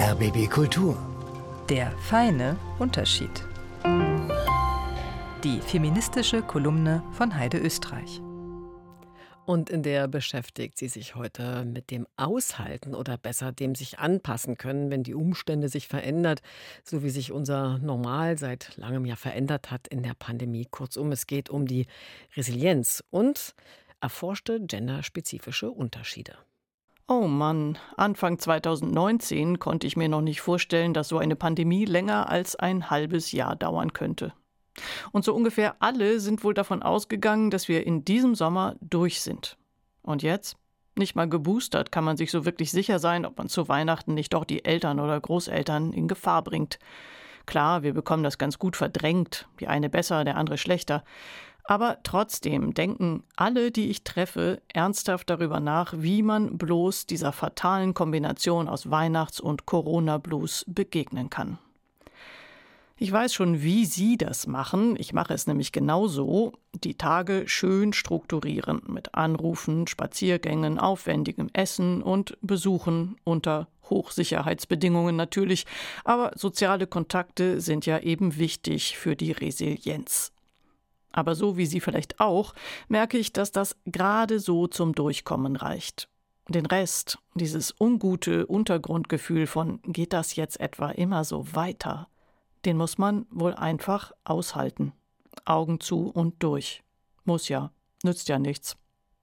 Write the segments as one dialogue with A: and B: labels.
A: RBB Kultur.
B: Der feine Unterschied. Die feministische Kolumne von Heide Österreich.
C: Und in der beschäftigt sie sich heute mit dem Aushalten oder besser dem sich anpassen können, wenn die Umstände sich verändert, so wie sich unser Normal seit langem ja verändert hat in der Pandemie. Kurzum, es geht um die Resilienz und erforschte genderspezifische Unterschiede.
D: Oh Mann, Anfang 2019 konnte ich mir noch nicht vorstellen, dass so eine Pandemie länger als ein halbes Jahr dauern könnte. Und so ungefähr alle sind wohl davon ausgegangen, dass wir in diesem Sommer durch sind. Und jetzt? Nicht mal geboostert kann man sich so wirklich sicher sein, ob man zu Weihnachten nicht doch die Eltern oder Großeltern in Gefahr bringt. Klar, wir bekommen das ganz gut verdrängt, die eine besser, der andere schlechter. Aber trotzdem denken alle, die ich treffe, ernsthaft darüber nach, wie man bloß dieser fatalen Kombination aus Weihnachts- und Corona-Blues begegnen kann. Ich weiß schon, wie Sie das machen. Ich mache es nämlich genauso. Die Tage schön strukturieren mit Anrufen, Spaziergängen, aufwendigem Essen und Besuchen unter Hochsicherheitsbedingungen natürlich. Aber soziale Kontakte sind ja eben wichtig für die Resilienz. Aber so wie Sie vielleicht auch, merke ich, dass das gerade so zum Durchkommen reicht. Den Rest, dieses ungute Untergrundgefühl von geht das jetzt etwa immer so weiter, den muss man wohl einfach aushalten. Augen zu und durch. Muss ja, nützt ja nichts.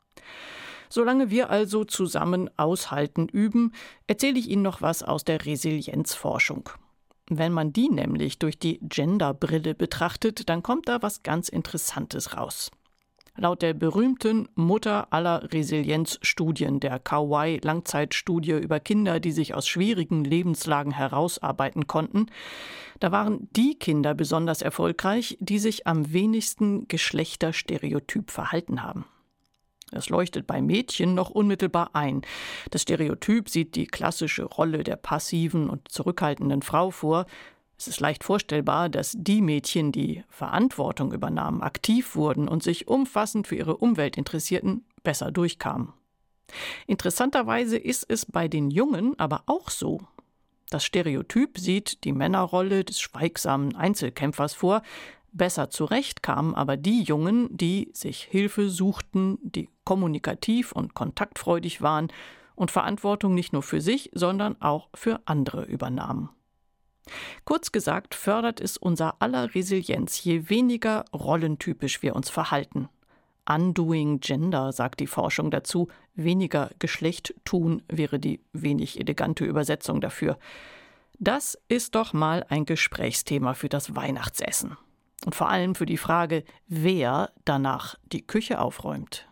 D: Solange wir also zusammen aushalten üben, erzähle ich Ihnen noch was aus der Resilienzforschung. Wenn man die nämlich durch die Genderbrille betrachtet, dann kommt da was ganz Interessantes raus. Laut der berühmten Mutter aller Resilienzstudien, der Kauai-Langzeitstudie über Kinder, die sich aus schwierigen Lebenslagen herausarbeiten konnten, da waren die Kinder besonders erfolgreich, die sich am wenigsten geschlechterstereotyp verhalten haben. Das leuchtet bei Mädchen noch unmittelbar ein. Das Stereotyp sieht die klassische Rolle der passiven und zurückhaltenden Frau vor. Es ist leicht vorstellbar, dass die Mädchen, die Verantwortung übernahmen, aktiv wurden und sich umfassend für ihre Umwelt interessierten, besser durchkamen. Interessanterweise ist es bei den Jungen aber auch so. Das Stereotyp sieht die Männerrolle des schweigsamen Einzelkämpfers vor. Besser zurechtkamen aber die Jungen, die sich Hilfe suchten, die kommunikativ und kontaktfreudig waren und Verantwortung nicht nur für sich, sondern auch für andere übernahmen. Kurz gesagt fördert es unser aller Resilienz, je weniger rollentypisch wir uns verhalten. Undoing Gender, sagt die Forschung dazu, weniger Geschlecht tun wäre die wenig elegante Übersetzung dafür. Das ist doch mal ein Gesprächsthema für das Weihnachtsessen. Und vor allem für die Frage, wer danach die Küche aufräumt.